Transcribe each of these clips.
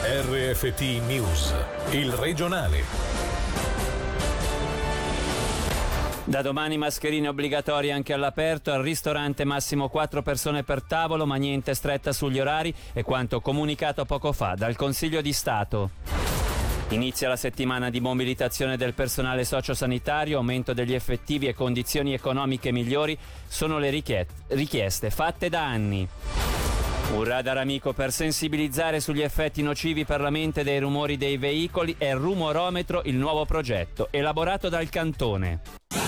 RFT News, il regionale. Da domani mascherine obbligatorie anche all'aperto, al ristorante massimo 4 persone per tavolo, ma niente stretta sugli orari, è quanto comunicato poco fa dal Consiglio di Stato. Inizia la settimana di mobilitazione del personale sociosanitario, aumento degli effettivi e condizioni economiche migliori sono le richieste fatte da anni. Un radar amico per sensibilizzare sugli effetti nocivi per la mente dei rumori dei veicoli è Rumorometro, il nuovo progetto, elaborato dal Cantone.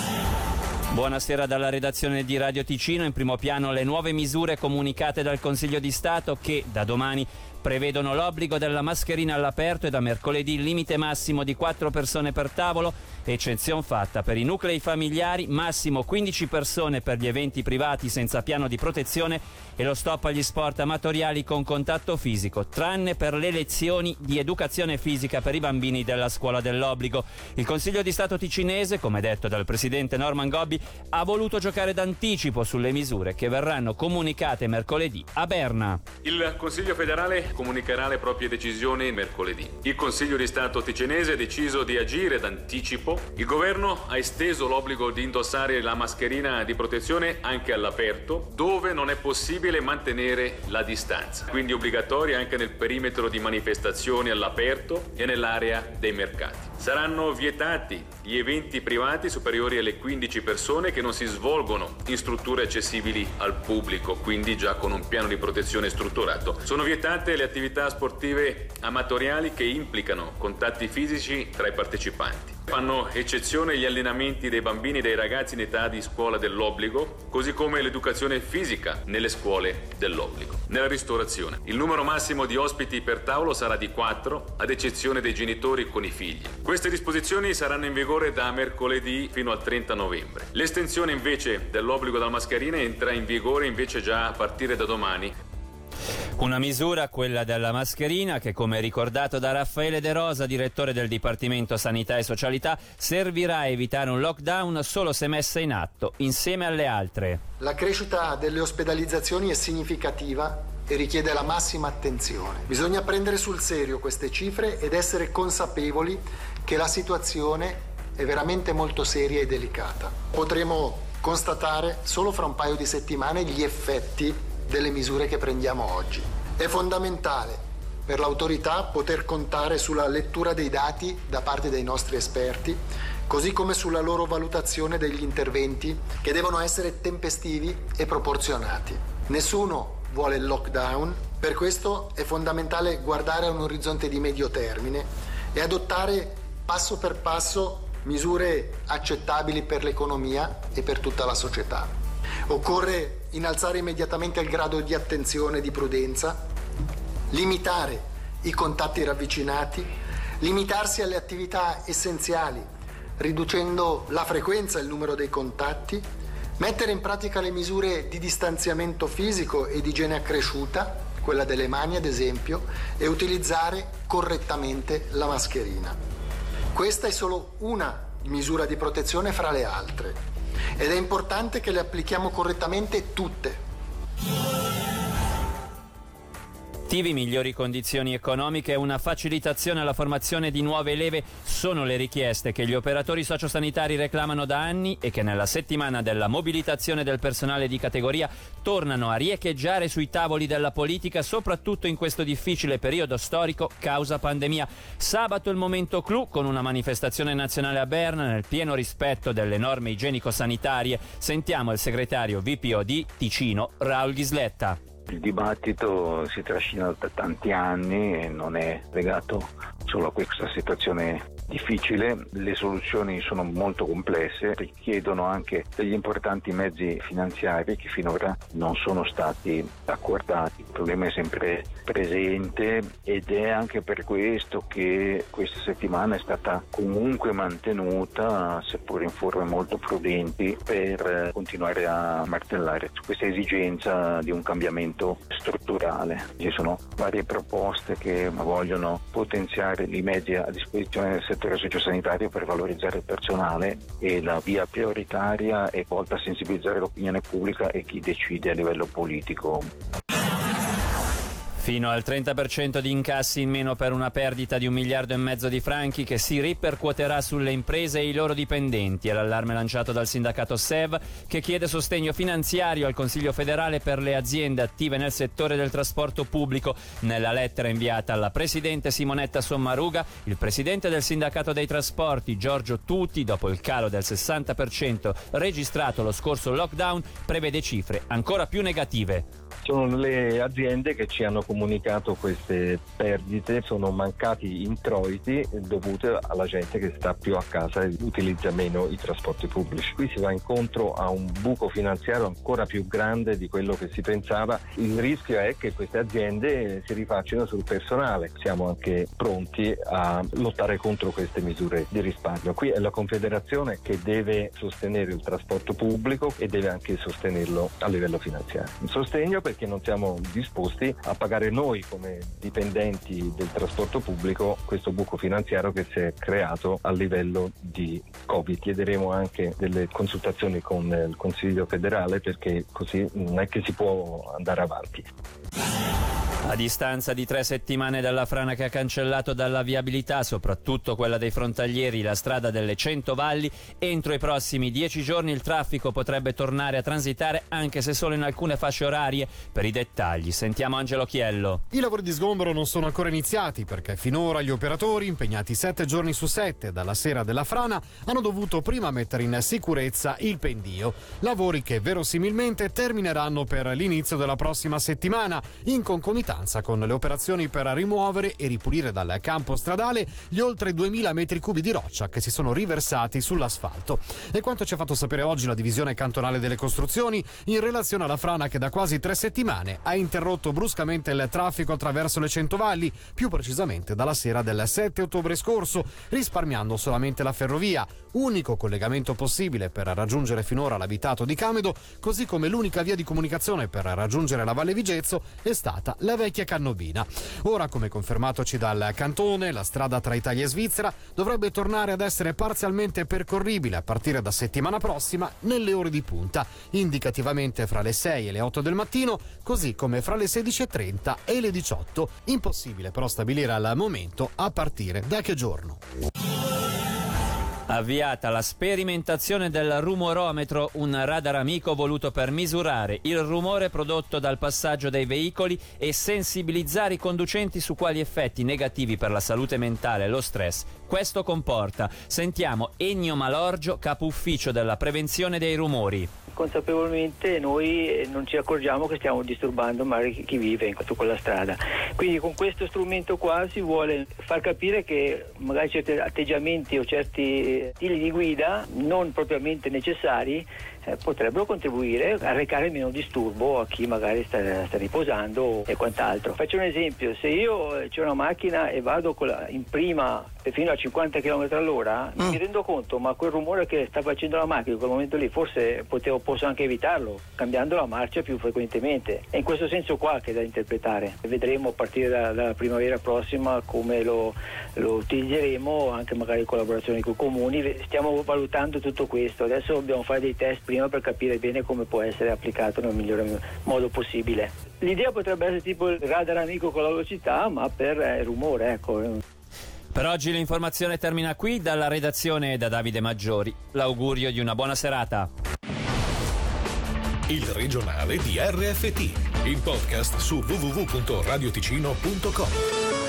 Buonasera dalla redazione di Radio Ticino. In primo piano le nuove misure comunicate dal Consiglio di Stato che da domani prevedono l'obbligo della mascherina all'aperto e da mercoledì il limite massimo di 4 persone per tavolo, eccezion fatta per i nuclei familiari, massimo 15 persone per gli eventi privati senza piano di protezione e lo stop agli sport amatoriali con contatto fisico, tranne per le lezioni di educazione fisica per i bambini della scuola dell'obbligo. Il Consiglio di Stato ticinese, come detto dal presidente Norman Gobbi, ha voluto giocare d'anticipo sulle misure che verranno comunicate mercoledì a Berna. Il Consiglio federale comunicherà le proprie decisioni mercoledì. Il Consiglio di Stato ticinese ha deciso di agire d'anticipo. Il governo ha esteso l'obbligo di indossare la mascherina di protezione anche all'aperto, dove non è possibile mantenere la distanza. Quindi obbligatoria anche nel perimetro di manifestazioni all'aperto e nell'area dei mercati. Saranno vietati gli eventi privati superiori alle 15 persone che non si svolgono in strutture accessibili al pubblico, quindi già con un piano di protezione strutturato. Sono vietate le attività sportive amatoriali che implicano contatti fisici tra i partecipanti. Fanno eccezione gli allenamenti dei bambini e dei ragazzi in età di scuola dell'obbligo, così come l'educazione fisica nelle scuole dell'obbligo. Nella ristorazione, il numero massimo di ospiti per tavolo sarà di 4, ad eccezione dei genitori con i figli. Queste disposizioni saranno in vigore da mercoledì fino al 30 novembre. L'estensione invece dell'obbligo della mascherina entra in vigore invece già a partire da domani. Una misura, quella della mascherina, che come ricordato da Raffaele De Rosa, direttore del Dipartimento Sanità e Socialità, servirà a evitare un lockdown solo se messa in atto, insieme alle altre. La crescita delle ospedalizzazioni è significativa e richiede la massima attenzione. Bisogna prendere sul serio queste cifre ed essere consapevoli che la situazione è veramente molto seria e delicata. Potremo constatare solo fra un paio di settimane gli effetti delle misure che prendiamo oggi. È fondamentale per l'autorità poter contare sulla lettura dei dati da parte dei nostri esperti, così come sulla loro valutazione degli interventi che devono essere tempestivi e proporzionati. Nessuno vuole il lockdown, per questo è fondamentale guardare a un orizzonte di medio termine e adottare passo per passo misure accettabili per l'economia e per tutta la società. Occorre innalzare immediatamente il grado di attenzione e di prudenza, limitare i contatti ravvicinati, limitarsi alle attività essenziali, riducendo la frequenza e il numero dei contatti, mettere in pratica le misure di distanziamento fisico e di igiene accresciuta, quella delle mani ad esempio, e utilizzare correttamente la mascherina. Questa è solo una misura di protezione fra le altre. Ed è importante che le applichiamo correttamente tutte. Migliori condizioni economiche e una facilitazione alla formazione di nuove leve sono le richieste che gli operatori sociosanitari reclamano da anni e che nella settimana della mobilitazione del personale di categoria tornano a riecheggiare sui tavoli della politica, soprattutto in questo difficile periodo storico causa pandemia. Sabato il momento clou con una manifestazione nazionale a Berna nel pieno rispetto delle norme igienico-sanitarie. Sentiamo il segretario VPO di Ticino, Raul Ghisletta. Il dibattito si trascina da tanti anni e non è legato solo a questa situazione difficile. Le soluzioni sono molto complesse, richiedono anche degli importanti mezzi finanziari che finora non sono stati accordati. Il problema è sempre presente ed è anche per questo che questa settimana è stata comunque mantenuta, seppur in forme molto prudenti, per continuare a martellare su questa esigenza di un cambiamento strutturale. Ci sono varie proposte che vogliono potenziare i mezzi a disposizione del settore sociosanitario per valorizzare il personale, e la via prioritaria è volta a sensibilizzare l'opinione pubblica e chi decide a livello politico. Fino al 30% di incassi in meno per una perdita di 1,5 miliardi di franchi che si ripercuoterà sulle imprese e i loro dipendenti. È l'allarme lanciato dal sindacato SEV, che chiede sostegno finanziario al Consiglio federale per le aziende attive nel settore del trasporto pubblico. Nella lettera inviata alla presidente Simonetta Sommaruga, il presidente del sindacato dei trasporti Giorgio Tutti, dopo il calo del 60% registrato lo scorso lockdown, prevede cifre ancora più negative. Sono le aziende che ci hanno comunicato queste perdite, sono mancati introiti dovuti alla gente che sta più a casa e utilizza meno i trasporti pubblici. Qui si va incontro a un buco finanziario ancora più grande di quello che si pensava. Il rischio è che queste aziende si rifacciano sul personale. Siamo anche pronti a lottare contro queste misure di risparmio. Qui è la Confederazione che deve sostenere il trasporto pubblico e deve anche sostenerlo a livello finanziario. Un sostegno perché non siamo disposti a pagare noi come dipendenti del trasporto pubblico questo buco finanziario che si è creato a livello di Covid. Chiederemo anche delle consultazioni con il Consiglio federale perché così non è che si può andare avanti. A distanza di 3 settimane dalla frana che ha cancellato dalla viabilità, soprattutto quella dei frontalieri, la strada delle 100 valli, entro i prossimi 10 giorni il traffico potrebbe tornare a transitare, anche se solo in alcune fasce orarie. Per i dettagli sentiamo Angelo Chiello. I lavori di sgombero non sono ancora iniziati perché finora gli operatori, impegnati 7 giorni su 7 dalla sera della frana, hanno dovuto prima mettere in sicurezza il pendio. Lavori che verosimilmente termineranno per l'inizio della prossima settimana, in concomitanza con le operazioni per rimuovere e ripulire dal campo stradale gli oltre 2000 metri cubi di roccia che si sono riversati sull'asfalto. E quanto ci ha fatto sapere oggi la divisione cantonale delle costruzioni in relazione alla frana che da quasi 3 settimane ha interrotto bruscamente il traffico attraverso le 100 valli, più precisamente dalla sera del 7 ottobre scorso, risparmiando solamente la ferrovia, unico collegamento possibile per raggiungere finora l'abitato di Camedo, così come l'unica via di comunicazione per raggiungere la Valle Vigezzo è stata la vecchia Cannobina. Ora, come confermatoci dal cantone, la strada tra Italia e Svizzera dovrebbe tornare ad essere parzialmente percorribile a partire da settimana prossima nelle ore di punta, indicativamente fra le 6 e le 8 del mattino, così come fra le 16:30 e le 18. Impossibile però stabilire al momento a partire da che giorno. Avviata la sperimentazione del rumorometro, un radar amico voluto per misurare il rumore prodotto dal passaggio dei veicoli e sensibilizzare i conducenti su quali effetti negativi per la salute mentale e lo stress questo comporta. Sentiamo Ennio Malorgio, capo ufficio della prevenzione dei rumori. Consapevolmente noi non ci accorgiamo che stiamo disturbando magari chi vive su quella strada. Quindi con questo strumento qua si vuole far capire che magari certi atteggiamenti o certi stili di guida non propriamente necessari potrebbero contribuire a recare meno disturbo a chi magari sta riposando e quant'altro. Faccio un esempio: se io c'ho una macchina e vado in prima fino a 50 km all'ora, mi rendo conto, ma quel rumore che sta facendo la macchina in quel momento lì forse posso anche evitarlo cambiando la marcia più frequentemente. È in questo senso qua che è da interpretare. Vedremo a partire dalla primavera prossima come lo utilizzeremo, anche magari in collaborazione con i comuni. Stiamo valutando tutto questo. Adesso dobbiamo fare dei test prima per capire bene come può essere applicato nel migliore modo possibile. L'idea potrebbe essere tipo il radar amico con la velocità, ma per il rumore, ecco. Per oggi l'informazione termina qui. Dalla redazione da Davide Maggiori l'augurio di una buona serata. Il regionale di RFT, il podcast su www.radioticino.com.